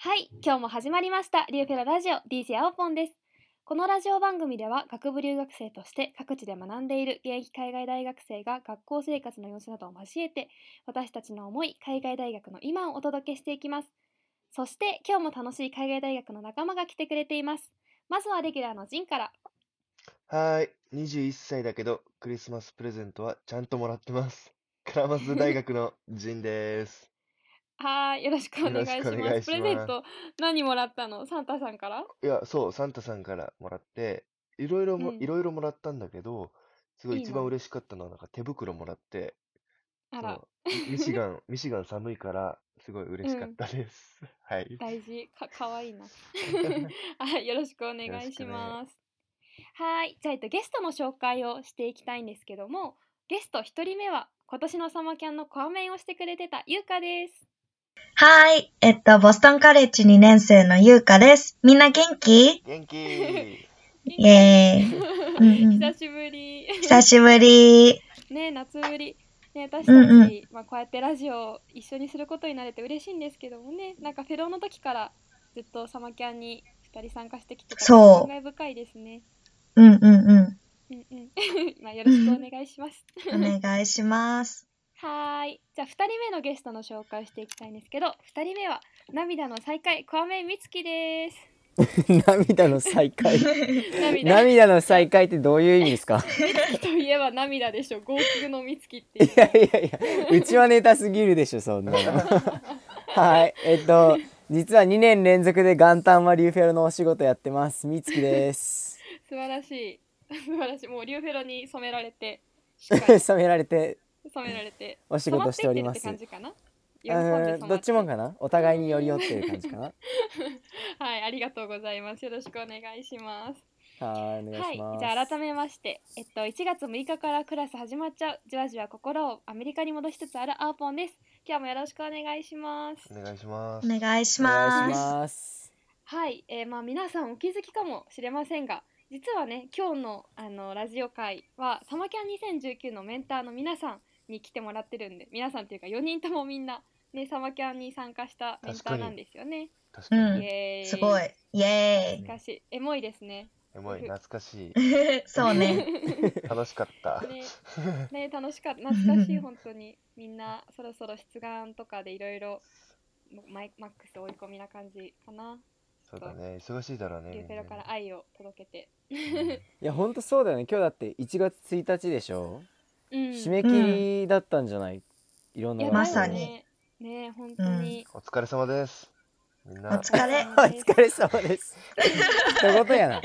はい、今日も始まりましたリューフェララジオ DJ 青ポンです。このラジオ番組では学部留学生として各地で学んでいる現役海外大学生が学校生活の様子などを交えて私たちの思い、海外大学の今をお届けしていきます。そして今日も楽しい海外大学の仲間が来てくれています。まずはレギュラーのジンから。 はーい、21歳だけど、クリスマスプレゼントはちゃんともらってます。クラマス大学のジンです。 はい、よろしくおよろ願しくお願いいします。プします。 レゼント何もらったの？サンタさんから？ いや、そう、サンタさんからもらって、 うん、 いろいろもらったんだけど、すごいいいな。 一番嬉しかったのはなんか手袋もらって、 あら、 そう、ミシガン寒いから、すごい嬉しかっうん、 たです。はい。 大事、かわいいな。はい、よろしくおよろ願いししくね。 ます。はい、じゃあ、ゲストの紹介をしていきたいんですけども、ゲスト1人目は今年のサマキャンのコアメインをしてくれてたゆうかです。 はい。ボストンカレッジ2年生のゆうかです。みんな元気？ 元気イ元エーイ。 久しぶり。 久しぶり。 ね、夏ぶり。ね、私たうんうん。 ち、こうやってラジオを一緒にすることになれて嬉しいんですけどもね、なんかフェローの時からずっとサマキャンに2人参加してきてたから感そ慨深いですね。 う。うんうんうん。 うんうん。よろしくお願いします。 お願いします。 はーい。じゃあ2人目のゲストの紹介をしていきたいんですけど、2人目は涙の再会、コアメイみつきです。 涙の再会涙の再会ってどういう意味ですか？ みつきといえば涙でしょ。号泣のみつきっていやいやいや、うちはネタすぎるでしょそんなのはい、実は2年連続で元旦はリューフェロのお仕事やってます、みつきです素晴らしい素晴らしい。もうリューフェロに染められてしっかり染められてお仕事しております。 染まっていってるって感じかな。喜んで染まってどっちもかな、お互いに寄り添ってる感じかなはい、ありがとうございます。よろしくお願いします。 はい、お願いはい、 します。 じゃあ改めまして、1月6日からクラス始まっちゃうじわじわ心をアメリカに戻しつつあるアーポンです。今日もよろしくお願いします。 お願いします。 お願いしお願いします。 ます。 はい、皆さんお気づきかもしれませんが、実はね、今日のラジオ会はサマキャン2019のメンターの皆さんに来てもらってるんで、皆さんっていうか4人ともみんなね、サマキャンに参加したメンターなんですよね。 確かに。 イエーイ。 すごい。イエ懐かしい。エモいですね。 エモい、懐かしい。 ーイ。そうね。 楽しかった。 ね、楽しかった。懐かしい、本当に。みんなそろそろ出願とかでいろいろマックス追い込みな感じかな。 そうだね、忙しいだろうね。 リューフェロから愛を届けて。 いやほんとそうだよね。今日だって1月1日でしょ、締めうん切りだったんじゃない、いろんなや学校まさにね、ね、本当に。 お疲れ様です。みんおな。 疲れ。 お疲れ様です一言やな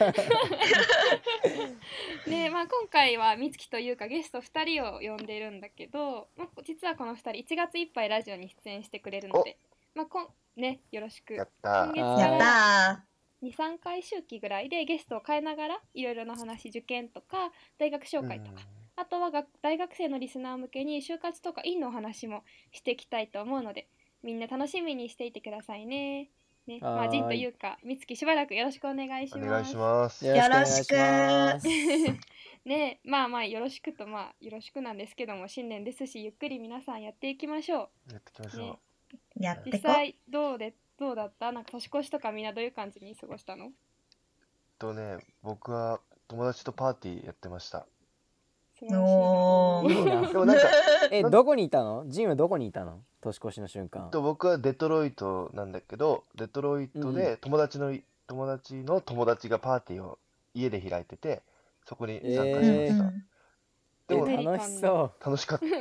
ね、今回はみつきというかゲスト2人を呼んでいるんだけど、実はこの2人1月いっぱいラジオに出演してくれるので、ね、よろしく。 やった今月ーやっからた 2、3回周期ぐらいでゲストを変えながらいろいろな話、受験とか大学紹介とか、あとは大学生のリスナー向けに就活とか院のお話もしていきたいと思うので、みんな楽しみにしていてくださいね。ね、ジンというかみつきしばらくよろしくお願いします。 お願いします。 よろしく。 ね、よろしくとよろしくなんですけども、新年ですしゆっくり皆さんやっていきましょやっていきましょう。 ね、 やってこ。 実際どうだった？なんか年越しとかみんなどういう感じに過ごしたの？ 僕は友達とパーティーやってました。 素晴らしいな。 おー。 いいな。 でもなんか、 どこにいたの？ジンはどこにいたの？年越しの瞬間。 僕はデトロイトなんだけど、デトロイトで友達の友達がパーティーを家で開いてて、そこに参加しました。 うんでも楽しそ楽しかった。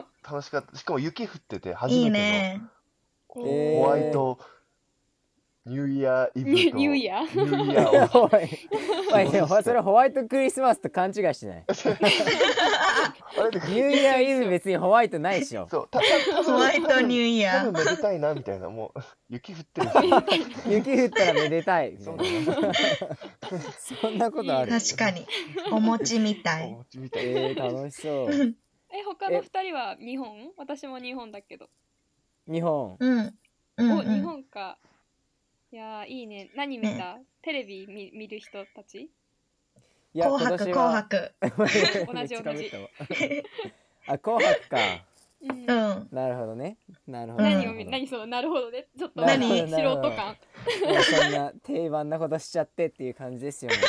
楽しかった。しかも雪降ってて初いいめてね。 のホワイトニューイヤーイブとニューイヤーニューイヤーをおいでもそれホワイトクリスマスと勘違いしてない？ あれでニューイヤーイブ別にホワイトないでしょ。 そう、 ホワイトニューイヤー。 多分めでたいなみたいな、もう雪降ってるし。 雪降ったらめでたい。 そうだね。 そんなことある？ 確かに。お餅みたおい。 餅みたい。 楽しそう。 他の2人は日本？私も日本だけど。 日本。 うん。 日本か。いやー、いいね。何見た？テレビ見る人たち？ いや紅白。 同じ。 あ、紅白か。 うんうん。 なるほどね。なるほど。 何をなるほど何そのなるほどね。ちょっとなるほど素なるほど人感。 もうそんな定番なことしちゃってっていう感じですよね。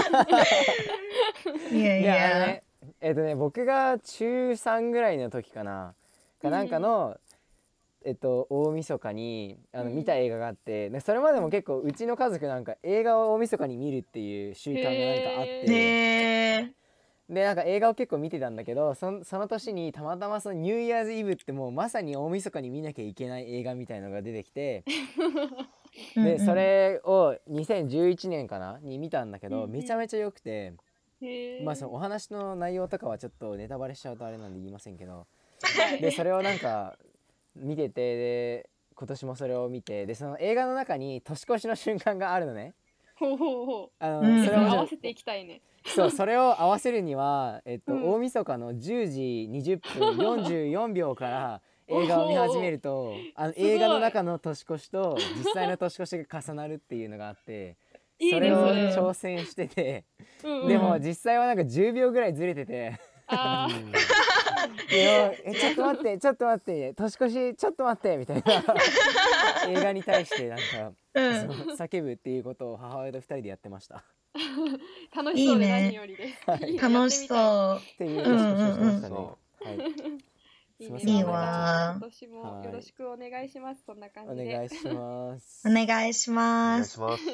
いやいいやや。 僕が中3ぐらいの時かななんかの、大晦日に見た映画があってでそれまでも結構うちの家族なんか映画を大晦日に見るっていう習慣がなんかあっへてへえ。 でなんか映画を結構見てたんだけどその年にたまたまそのニューイヤーズイブってもうまさに大晦日に見なきゃいけない映画みたいのが出てきてでそれを2011年かなに見たんだけどめちゃめちゃ良くてまあそのお話の内容とかはちょっとネタバレしちゃうとあれなんで言いませんけどでそれをなんか見ててで今年もそれを見てでその映画の中に年越しの瞬間があるのね。 ほうほうほうんそれはもちろん合わせていきたいね。 そうそれを合わせるには、 うん大晦日の10時20分44秒から映画を見始めるとすごい映画の中の年越しと実際の年越しが重なるっていうのがあっていいねそれをそれ挑戦しててうんでも実際はなんか10秒ぐらいずれててあちょっと待ってちょっと待って年越しちょっと待ってみたいな映画に対してなんか、 うん。 叫ぶっていうことを母親と2人でやってましたー楽しそうでいいね何よりです。 はいいいね楽しそう。 っていう年越しをしてましたね、 そはいいいね。 すいませんいいまあわ今年もよろしくお願いします。そんな感おじで。 願いしますお願いしおます。 願いします。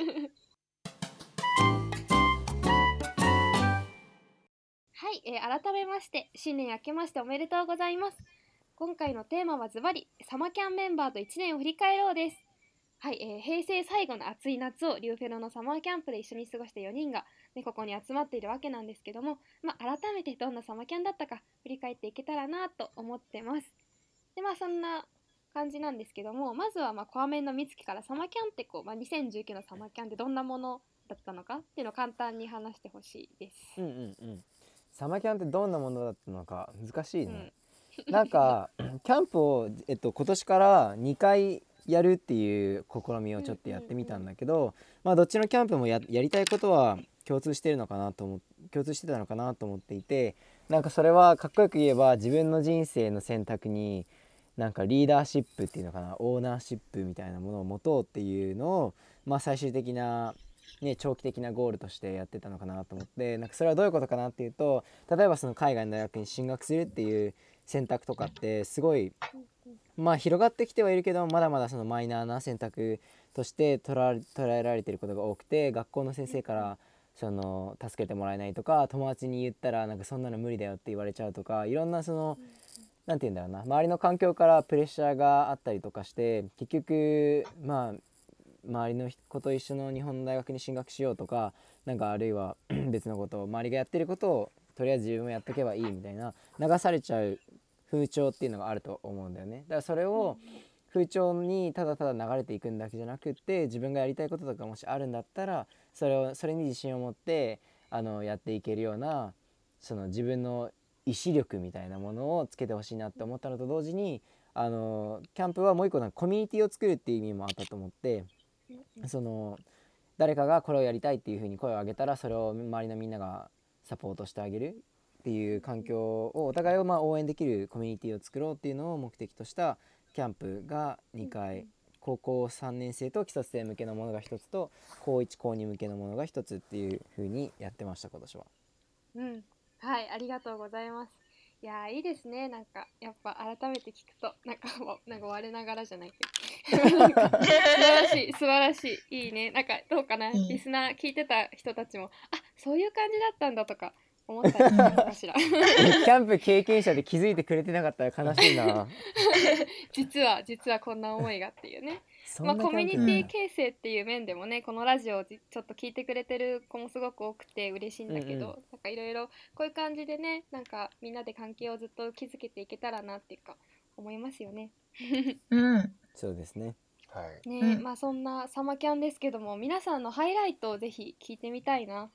はい、改めまして新年明けましておめでとうございます。今回のテーマはズバリサマキャンメンバーと1年を振り返ろうです。はい、平成最後の暑い夏をリューフェロのサマーキャンプで一緒に過ごした4人が、ね、ここに集まっているわけなんですけども、改めてどんなサマキャンだったか振り返っていけたらなと思ってます。でそんな感じなんですけども、まずはコアメンのみつきからサマキャンって2019のサマキャンってどんなものだったのかっていうのを簡単に話してほしいです。 うんうんうんサマキャンってどんなものだったのか難しいね、なんかキャンプを、今年から2回やるっていう試みをちょっとやってみたんだけど、どっちのキャンプもやりたいことは共通してたのかなと思っていてなんかそれはかっこよく言えば自分の人生の選択になんかリーダーシップっていうのかなオーナーシップみたいなものを持とうっていうのを、最終的な長期的なゴールとしてやってたのかなと思ってなんかそれはどういうことかなっていうと例えばその海外の大学に進学するっていう選択とかってすごい広がってきてはいるけどまだまだそのマイナーな選択として捉えられていることが多くて学校の先生からその助けてもらえないとか友達に言ったらなんかそんなの無理だよって言われちゃうとかいろんなそのなんて言うんだろうな周りの環境からプレッシャーがあったりとかして結局周りの子と一緒の日本の大学に進学しようとかなんかあるいは別のことを周りがやってることをとりあえず自分もやっとけばいいみたいな流されちゃう風潮っていうのがあると思うんだよね。だからそれを風潮にただただ流れていくんだけじゃなくって自分がやりたいこととかもしあるんだったらそれに自信を持ってやっていけるようなその自分の意志力みたいなものをつけてほしいなって思ったのと同時にキャンプはもう一個コミュニティを作るっていう意味もあったと思ってその誰かがこれをやりたいっていう風に声を上げたらそれを周りのみんながサポートしてあげるっていう環境をお互いを応援できるコミュニティを作ろうっていうのを目的としたキャンプが2回高校3年生と基礎生向けのものが1つと高1高2向けのものが1つっていう風にやってました今年は。 はい、ありがとうございます。いやいいですね。なんかやっぱ改めて聞くとなんか我ながらじゃないけどなんか素晴らしいいいね。なんかどうかな、リスナー聞いてた人たちもそういう感じだったんだとか思ったりするのかしらキャンプ経験者で気づいてくれてなかったら悲しいな実はこんな思いがっていうねコミュニティ形成っていう面でもねこのラジオをちょっと聞いてくれてる子もすごく多くて嬉しいんだけど、なんかいろいろこういう感じでねなんかみんなで関係をずっと築けていけたらなっていうか思いますよねそうですねはいね、そんなサマキャンですけども皆さんのハイライトをぜひ聞いてみたいな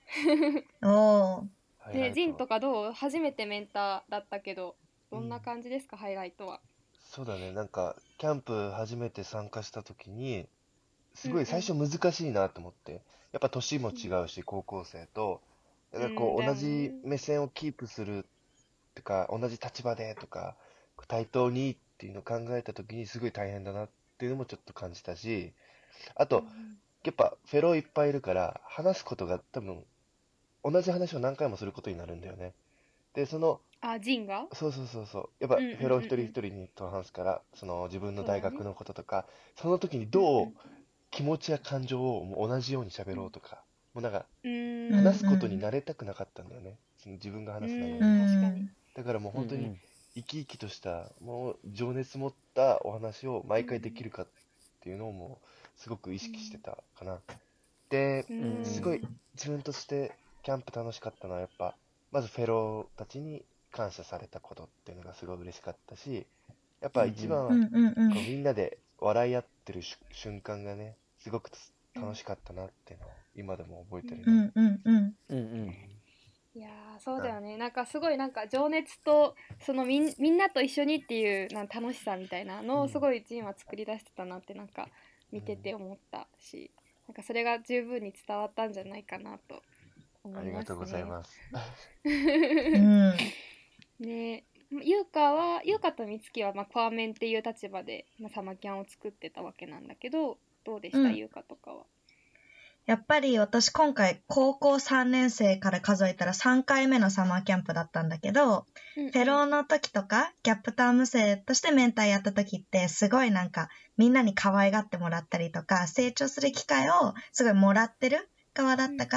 ね、ジンとかどう初めてメンターだったけどどんな感じですか、ハイライトは。 そうだね、なんかキャンプ初めて参加した時にすごい最初難しいなと思って、やっぱ年も違うし高校生とだからこう同じ目線をキープするとか同じ立場でとか対等にっていうのを考えた時にすごい大変だなっていうのもちょっと感じたし、あと、やっぱフェローいっぱいいるから話すことが多分同じ話を何回もすることになるんだよね。で、 あ、ジンが。 そうそうそうそう。やっぱうんうんフェロー一人一うんうん。 人にと話すから、自分のそうだよね。 大学のこととか、その時にうんどう気持ちや感情をもう同じように喋ろうとか、もうなんかうん。 話すことに慣れたくなかったんだよね。その自分が話す内容うに。 確かに。 ん。 だからもう本当にうん生き生きとした、もう情熱持ったお話を毎回できるかっていうのをもうすごく意識してたかな。で、 ううんうんすごい自分としてキャンプ楽しかったのはやっぱ、まずフェローたちに感謝されたことっていうのがすごい嬉しかったし、やっぱ一番はうんうんうん。 こうみんなで笑い合ってる瞬間がね、すごく楽しかったなっていうのを今でも覚えてるね。 うんうんうん。 うんうんいやーそうだよね。なんかすごいなんか情熱とそのみんなと一緒にっていう楽しさみたいなのをすごいジンは作り出してたなってなんか見てて思ったし、なんかそれが十分に伝わったんじゃないかなと思いますありがとうございね。 ます。 うんね、優香と美月はまあコアメンっていう立場で、まあ、サマキャンを作ってたわけなんだけど、どうでした、 うん。 優香とかは。 やっぱり私今回高校3年生から数えたら3回目のサマーキャンプだったんだけど、 うんうんフェローの時とかギャップターム生としてメンターやった時ってすごいなんかみんなに可愛がってもらったりとか成長する機会をすごいもらってる側だったから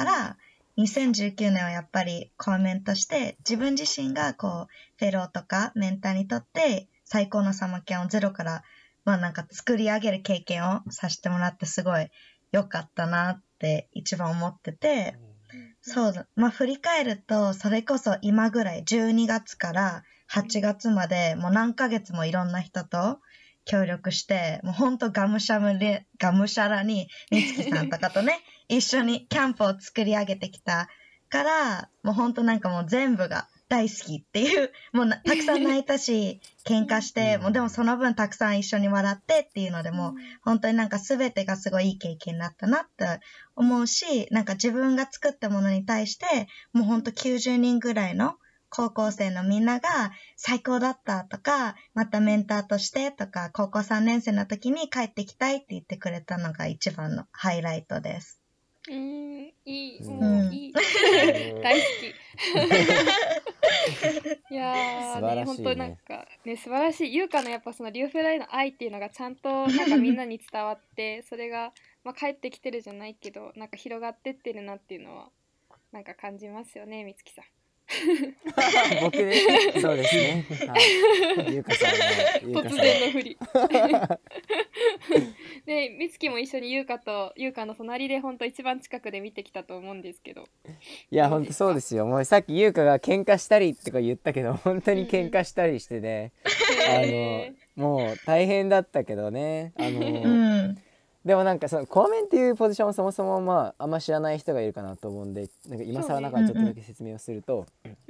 、2019年はやっぱりコアメンとして自分自身がこうフェローとかメンターにとって最高のサマーキャンをゼロからまあなんか作り上げる経験をさせてもらってすごい良かったなって一番思ってて、そうだ。まあ振り返ると、それこそ今ぐらい12月から8月までもう何ヶ月もいろんな人と協力して、もうほんとがむしゃらにみつきさんとかとね、一緒にキャンプを作り上げてきたから、もうほんとなんかもう全部が大好きっていう、もうたくさん泣いたし、喧嘩して、もうでもその分たくさん一緒に笑ってっていうのでもう、本当になんか全てがすごいいい経験になったなって思うし、なんか自分が作ったものに対して、もうほんと90人ぐらいの高校生のみんなが最高だったとか、またメンターとしてとか、高校3年生の時に帰ってきたいって言ってくれたのが一番のハイライトです。 いい、 うんもういい、大好き。いや素ーね、 晴らしいね本当なんかね、素晴らしい。優香のやっぱそのリューフェライの愛っていうのがちゃんとなんかみんなに伝わって、それがまあ帰ってきてるじゃないけど、なんか広がってってるなっていうのはなんか感じますよね、美月さん。 僕ね、そうですね。はい。ゆうかさんの突然の振り。で、美月も一緒に優香の隣で本当一番近くで見てきたと思うんですけど。 いやどうですか本当そうですよ。もうさっきゆうかが喧嘩したりとか言ったけど、本当に喧嘩したりしてね、 へもう大変だったけどね。 うん。 でもなんかそのコアメンっていうポジションをそもそもまああんま知らない人がいるかなと思うんで、なんか今更だからちょっとだけ説明をすると、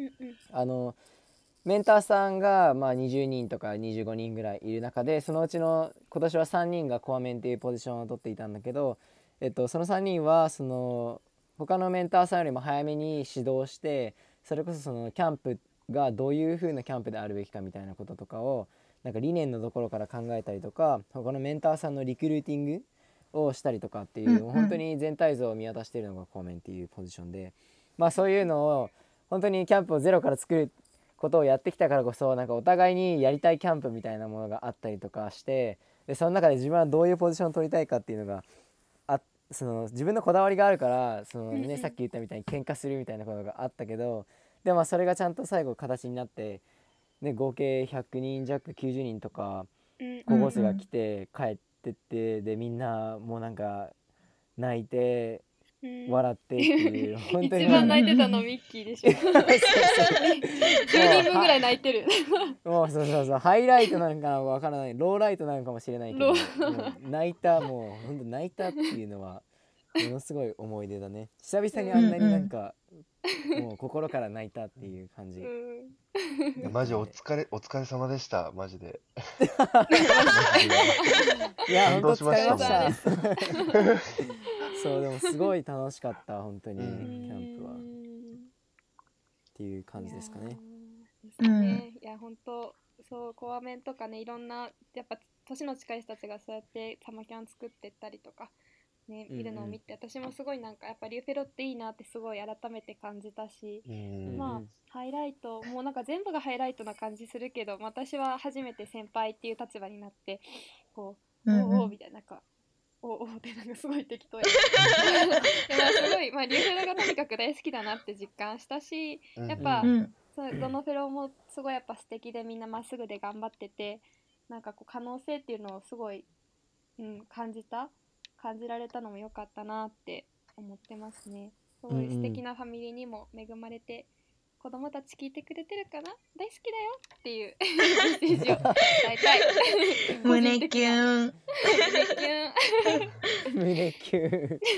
メンターさんがまあ20人とか25人ぐらいいる中で、そのうちの今年は3人がコアメンっていうポジションを取っていたんだけど、その3人はその他のメンターさんよりも早めに指導して、それこそそのキャンプがどういう風なキャンプであるべきかみたいなこととかをなんか理念のところから考えたりとか、他のメンターさんのリクルーティングをしたりとかっていう、本当に全体像を見渡しているのがコアメンっていうポジションで、まあそういうのを本当にキャンプをゼロから作ることをやってきたからこそ、なんかお互いにやりたいキャンプみたいなものがあったりとかして、でその中で自分はどういうポジションを取りたいかっていうのがその自分のこだわりがあるから、そのね、さっき言ったみたいに喧嘩するみたいなことがあったけど、でもそれがちゃんと最後形になって、ね、合計100人弱90人とか高校生が来て帰ってって、でみんなもうなんか泣いて笑ってっていう本当に一番泣いてたのミッキーでしょ。10人分ぐらい泣いてる。 もうそうハイライトなのかなわからない、ローライトなのかもしれないけど、もう泣いた、もう本当泣いたっていうのはものすごい思い出だね。久々にあんなになんかもう心から泣いたっていう感じ。 いやマジお疲れ様でした、マジで。 いや本当感動しま疲れましたしたもん。 そうでもすごい楽しかった本当に、キャンプはっていう感じですかね。 ですかね。いや本当そうコアメンとかね、いろんなやっぱ年の近い人たちがそうやってサマキャン作ってったりとかね、 うんいるのを見て、私もすごいなんかやっぱリューフェロっていいなってすごい改めて感じたし、 ううんん。 まあハイライトもうなんか全部がハイライトな感じするけど、私は初めて先輩っていう立場になってこう、 うんうんおうおうみたいな、なんかおうおうってなんかすごい適当やなでもすごい、まあ、リューフェロがとにかく大好きだなって実感したし、 うんやっぱ、 うんそうどのフェロもすごいやっぱ素敵で、みんなまっすぐで頑張ってて、なんかこう可能性っていうのをすごい、感じられたのも良かったなって思ってますね。そういう素敵なファミリーにも恵まれて、子供たち聞いてくれてるかな、大好きだよっていうメッセージを伝えたい個人胸キ的なュン。 胸キュン胸キュン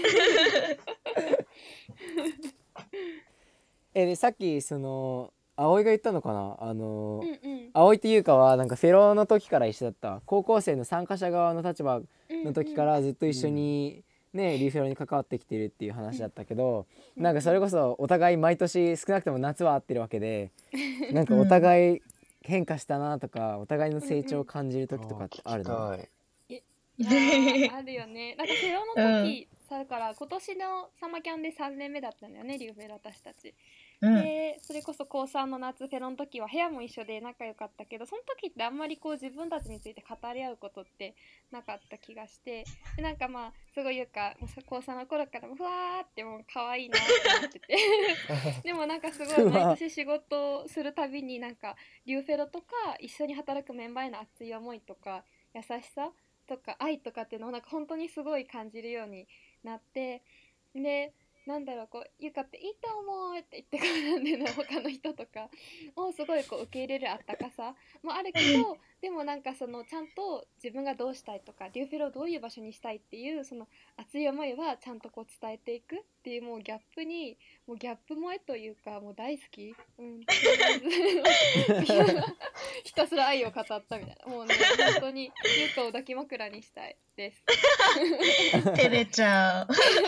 でさっきその葵が言ったのかな、 うんうん葵というかはなんかフェローの時から一緒だった、高校生の参加者側の立場の時からずっと一緒にね、リューフェロに関わってきてるっていう話だったけど、なんかそれこそお互い毎年少なくとも夏は会ってるわけで、なんかお互い変化したなとか、お互いの成長を感じる時とかってあるの？ いやーあるよね。なんかフェロの時、さだから今年のサマキャンで3年目だったんだよね、リューフェロ私たち。でそれこそ高3の夏フェロの時は部屋も一緒で仲良かったけど、その時ってあんまりこう自分たちについて語り合うことってなかった気がして、でなんかまあすごいいうかもう高3の頃からふわーってもう可愛いなって思っててでもなんかすごい毎年仕事をするたびになんかリューフェロとか一緒に働くメンバーへの熱い思いとか優しさとか愛とかっていうのをなんか本当にすごい感じるようになって、でなんだろう、こうゆかっていいと思うって言ってからなんでの他の人とかをすごいこう受け入れるあったかさもあるけど、でもなんかそのちゃんと自分がどうしたいとかリューフェロをどういう場所にしたいっていうその熱い思いはちゃんとこう伝えていくっていう、もうギャップにもうギャップ萌えというかもう大好き、ひたすら愛を語ったみたいな、もうね本当にゆうかを抱き枕にしたいです照れちゃう。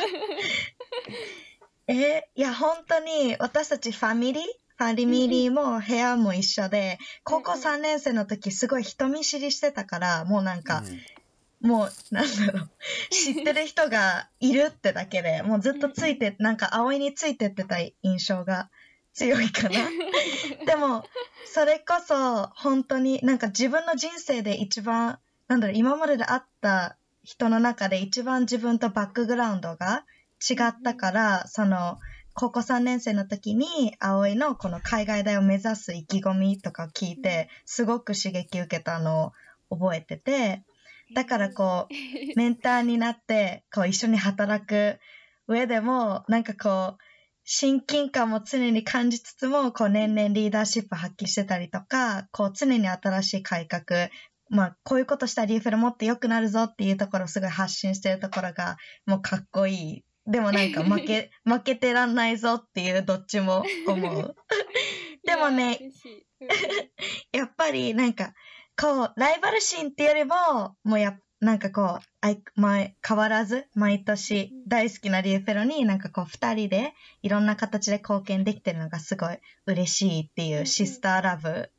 いや本当に私たちファミリーも部屋も一緒で、高校3年生の時すごい人見知りしてたから、もうなんか、もうなんだろう、知ってる人がいるってだけでもうずっとついて、なんか葵についてってた印象が強いかな。でもそれこそ本当になんか自分の人生で一番なんだろう、今までで会った人の中で一番自分とバックグラウンドが違ったから、その高校3年生の時に葵のこの海外大を目指す意気込みとかを聞いてすごく刺激受けたのを覚えてて、だからこうメンターになってこう一緒に働く上でもなんかこう親近感も常に感じつつもこう年々リーダーシップ発揮してたりとか、こう常に新しい改革、まあこういうことしたらリーフェルもっと良くなるぞっていうところをすごい発信してるところがもうかっこいい。でもなんか負けてらんないぞっていうどっちも思う。でもね、やっぱりなんかこうライバル心っていうよりももうなんかこう変わらず毎年大好きなリューフェロになんかこう2人でいろんな形で貢献できてるのがすごい嬉しいっていうシスターラブが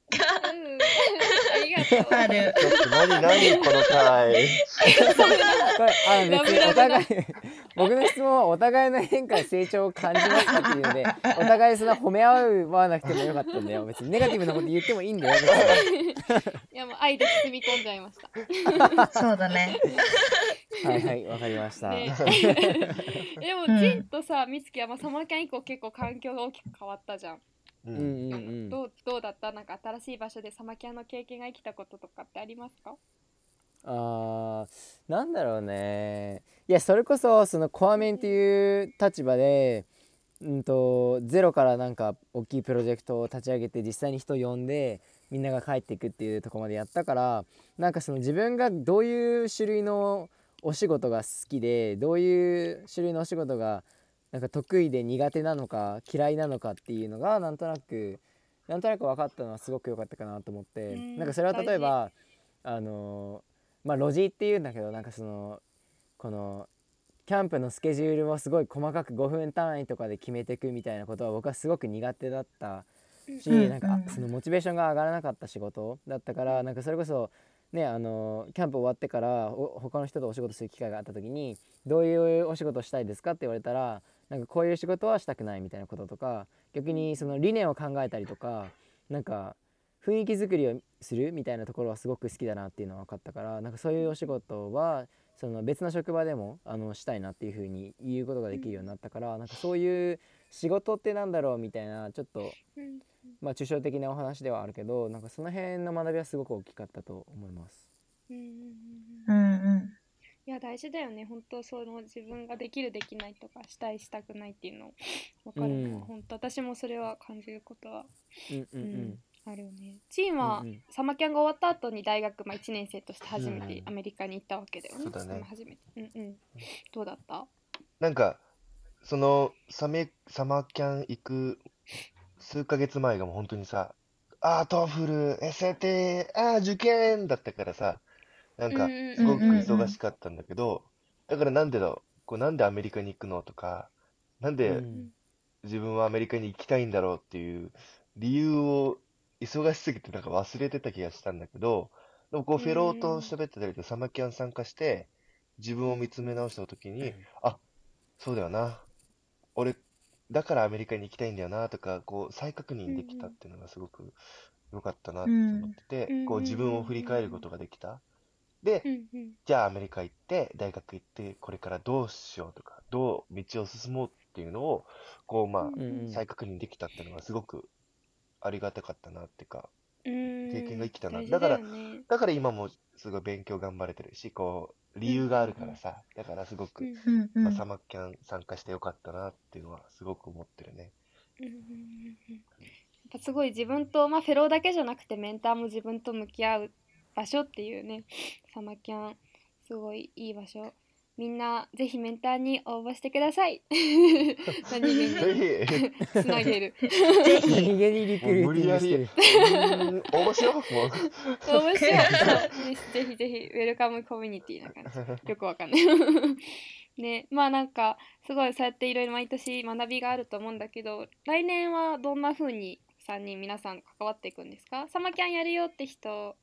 ある。 ちょっと何この回。 別にお互い僕の質問はお互いの変化や成長を感じますかっていうので、お互いそんな褒め合わなくてもよかったんだよ。別にネガティブなこと言ってもいいんだよ。 いやもう愛で包み込んじゃいました。 そうだね。 はいはい、わかりました。 ね、でもジンとさ、みつきはサマーキャン以降結構環境が大きく変わったじゃん。どうだった？なんか新しい場所でサマキャンの経験が生きたこととかってありますか？ なんだろうね。いやそれこそそのコアメンっていう立場で、ゼロからなんか大きいプロジェクトを立ち上げて実際に人を呼んでみんなが帰っていくっていうところまでやったから、なんかその自分がどういう種類のお仕事が好きでどういう種類のお仕事がなんか得意で苦手なのか嫌いなのかっていうのがなんとなく分かったのはすごく良かったかなと思って、なんかそれは例えばロジっていうんだけど、なんかそのこのキャンプのスケジュールをすごい細かく5分単位とかで決めていくみたいなことは僕はすごく苦手だったし、 うんなんかそのモチベーションが上がらなかった仕事だったから、なんかそれこそね、キャンプ終わってから他の人とお仕事する機会があった時に、どういうお仕事したいですかって言われたら、なんかこういう仕事はしたくないみたいなこととか、逆にその理念を考えたりとか、なんか雰囲気作りをするみたいなところはすごく好きだなっていうのは分かったから、なんかそういうお仕事はその別の職場でもしたいなっていう風に言うことができるようになったから、なんかそういう仕事ってなんだろうみたいな、ちょっとまあ抽象的なお話ではあるけど、なんかその辺の学びはすごく大きかったと思います。 いや大事だよね。本当その自分ができるできないとかしたいしたくないっていうの分かるのは、本当私もそれは感じることはあるよね。チームはサマキャンが終わった後に大学、1年生として初めてアメリカに行ったわけだよね。 そうだね。 初めて。どうだった？ なんかそのサマキャン行く数ヶ月前がもう本当にさ、トーフル、SAT、受験だったからさ、なんかすごく忙しかったんだけど、だからなんでなんでアメリカに行くのとか、なんで自分はアメリカに行きたいんだろうっていう理由を忙しすぎてなんか忘れてた気がしたんだけど、でもフェローと喋ってたりとサマキャン参加して自分を見つめ直した時に、そうだよな。俺、だからアメリカに行きたいんだよなとか、再確認できたっていうのがすごく良かったなって思ってて、自分を振り返ることができた。で、じゃあアメリカ行って、大学行って、これからどうしようとか、どう道を進もうっていうのを、再確認できたっていうのがすごくありがたかったなっていうか、経験が生きたな。だから今もすごい勉強頑張れてるし、理由があるからさ、だからすごく、サマキャン参加してよかったなっていうのはすごく思ってるね。 やっぱすごい自分と、フェローだけじゃなくてメンターも自分と向き合う場所っていうね、サマキャンすごいいい場所。みんなぜひメンターに応募してください。何気につなげる。 何気にリクルーティングしてる。 応募しよう。もう応募しよう。ぜひぜひウェルカムコミュニティな感じ。よくわかんない。ね、なんかすごいそうやっていろいろ毎年学びがあると思うんだけど、来年はどんな風に3人皆さん関わっていくんですか？サマキャンやるよって人。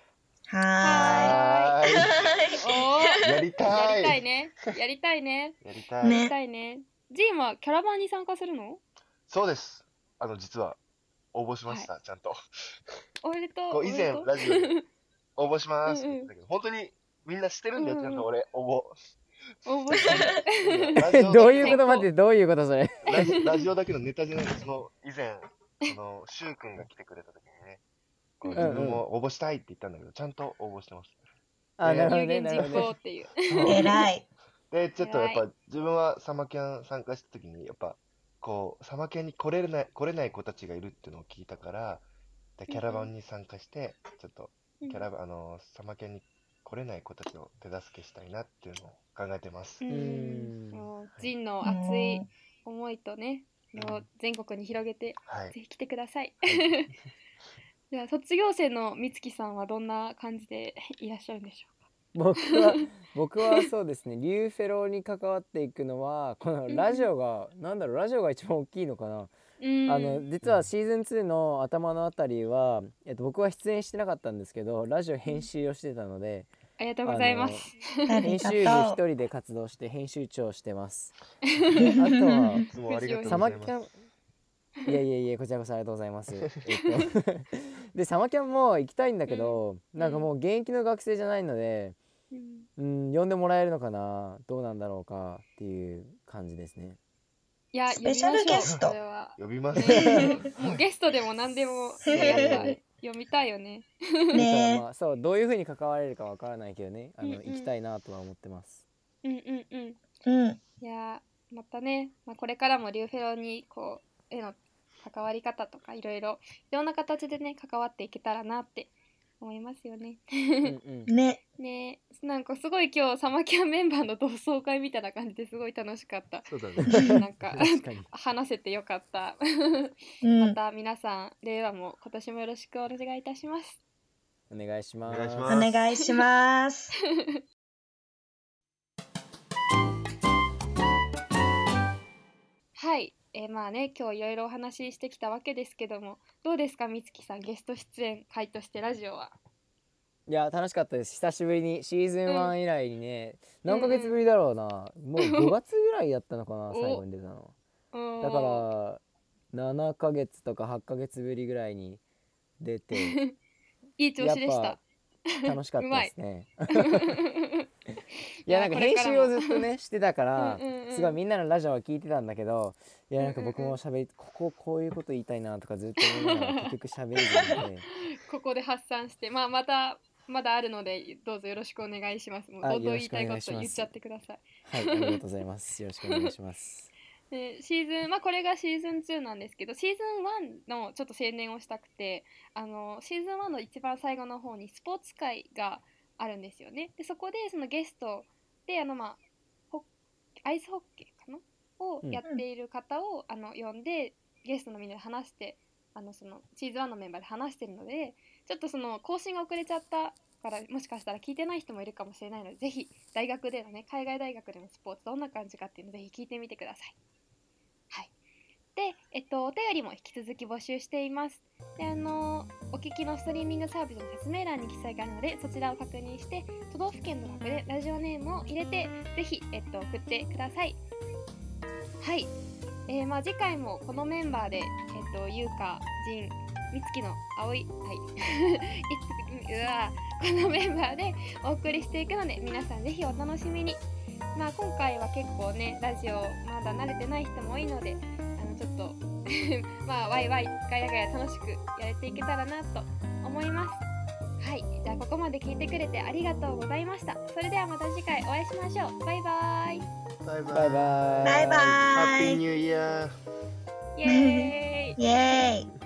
はーい。やりたい。 やりたいね。 やりたい。 やりたいね。ジーンはキャラバンに参加するの？ そうです。実は応募しました、ちゃんと。 おめでとう。 以前ラジオで応募しますって言ったけど、本当にみんな知ってるんだよ、ちゃんと俺応募してる。 どういうこと？待って、どういうことそれ？ ラジオだけのネタじゃないです。以前シュウ君が来てくれた時にね、自分も応募したいって言ったんだけど、ちゃんと応募してます。 なるほどね。 有言実行っていう。 偉い。 で、ちょっとやっぱ自分はサマキャン参加した時にやっぱサマキャンに来れない子たちがいるっていうのを聞いたから、キャラバンに参加してちょっとサマキャンに来れない子たちを手助けしたいなっていうのを考えてます。 ジンの熱い思いとね、全国に広げて、ぜひ来てください。では卒業生のみつきさんはどんな感じでいらっしゃるんでしょうか？ 僕はそうですね、リューフェローに関わっていくのはこのラジオが、ラジオが一番大きいのかな。実はシーズン2の頭のあたりは、僕は出演してなかったんですけど、ラジオ編集をしてたので、 ありがとうございます。 編集部一人で活動して編集長をしてます。あとはサマキャン、いやこちらこそありがとうございます。でサマキャンも行きたいんだけど、なんかもう現役の学生じゃないので、呼んでもらえるのかな、どうなんだろうかっていう感じですね。 いや、 スペシャルゲスト呼びます。 もうゲストでも何でも読みたいよね。 ね。 そう、どういう風に関われるかわからないけどね、行きたいなとは思ってます。 いやまたね、これからもリューフェロにへの関わり方とかいろんな形でね関わっていけたらなって思いますよね。ね、なんかすごい今日サマキャンメンバーの同窓会みたいな感じですごい楽しかった。 そうだね。 なんか話せてよかった。また皆さん令和も今年もよろしくお願いいたします。 お願いします。 お願いします。 はい、 まあね、今日いろいろお話ししてきたわけですけども、どうですか、みつきさん、ゲスト出演会としてラジオは。 いや楽しかったです。久しぶりにシーズンうん 1以来にね、何ヶ月ぶりだろうな、もう5月ぐらいだったのかな最後に出たの。だかおら7ヶ月とか8ヶ月ぶりぐらいに出ていい調子でした。 楽しかっうまい。 たですね。いやなんか編集をずっとねしてたからすごいみんなのラジオは聞いてたんだけど、いやなんか僕も喋りこういうこと言いたいなとかずっと思いながら結局喋れずにね。 ここで発散して、まだあるのでどうぞよろしくお願いします。もうどんどん言いたいこと言っちゃってください。 はい、ありがとうございます。よろしくお願いします。 シーズン、これがシーズン2なんですけど、シーズン1のちょっと宣伝をしたくて、シーズン1の一番最後の方にスポーツ会があるんですよね。でそこでそのゲストでアイスホッケーかなをやっている方を、呼んでゲストのみんなで話して、そのシーズン1のメンバーで話してるので、ちょっとその更新が遅れちゃったからもしかしたら聞いてない人もいるかもしれないので、ぜひ大学でのね、海外大学でのスポーツどんな感じかっていうのをぜひ聞いてみてください。はい。で、お便りも引き続き募集しています。で、お聞きのストリーミングサービスの説明欄に記載があるので、そちらを確認して都道府県の枠でラジオネームを入れてぜひ、送ってください。はい。次回もこのメンバーで、ゆうか、じん、みつきの葵、はい、このメンバーでお送りしていくので、皆さんぜひお楽しみに。今回は結構ね、ラジオまだ慣れてない人も多いので、ちょっとワイワイガヤガヤ楽しくやれていけたらなと思います。はい、じゃあここまで聞いてくれてありがとうございました。それではまた次回お会いしましょう。バイバーイ。 バイバイ。 バイバイ。 バイバハッピーイ。 ニューイヤー。 イエーイ。 イエーイ。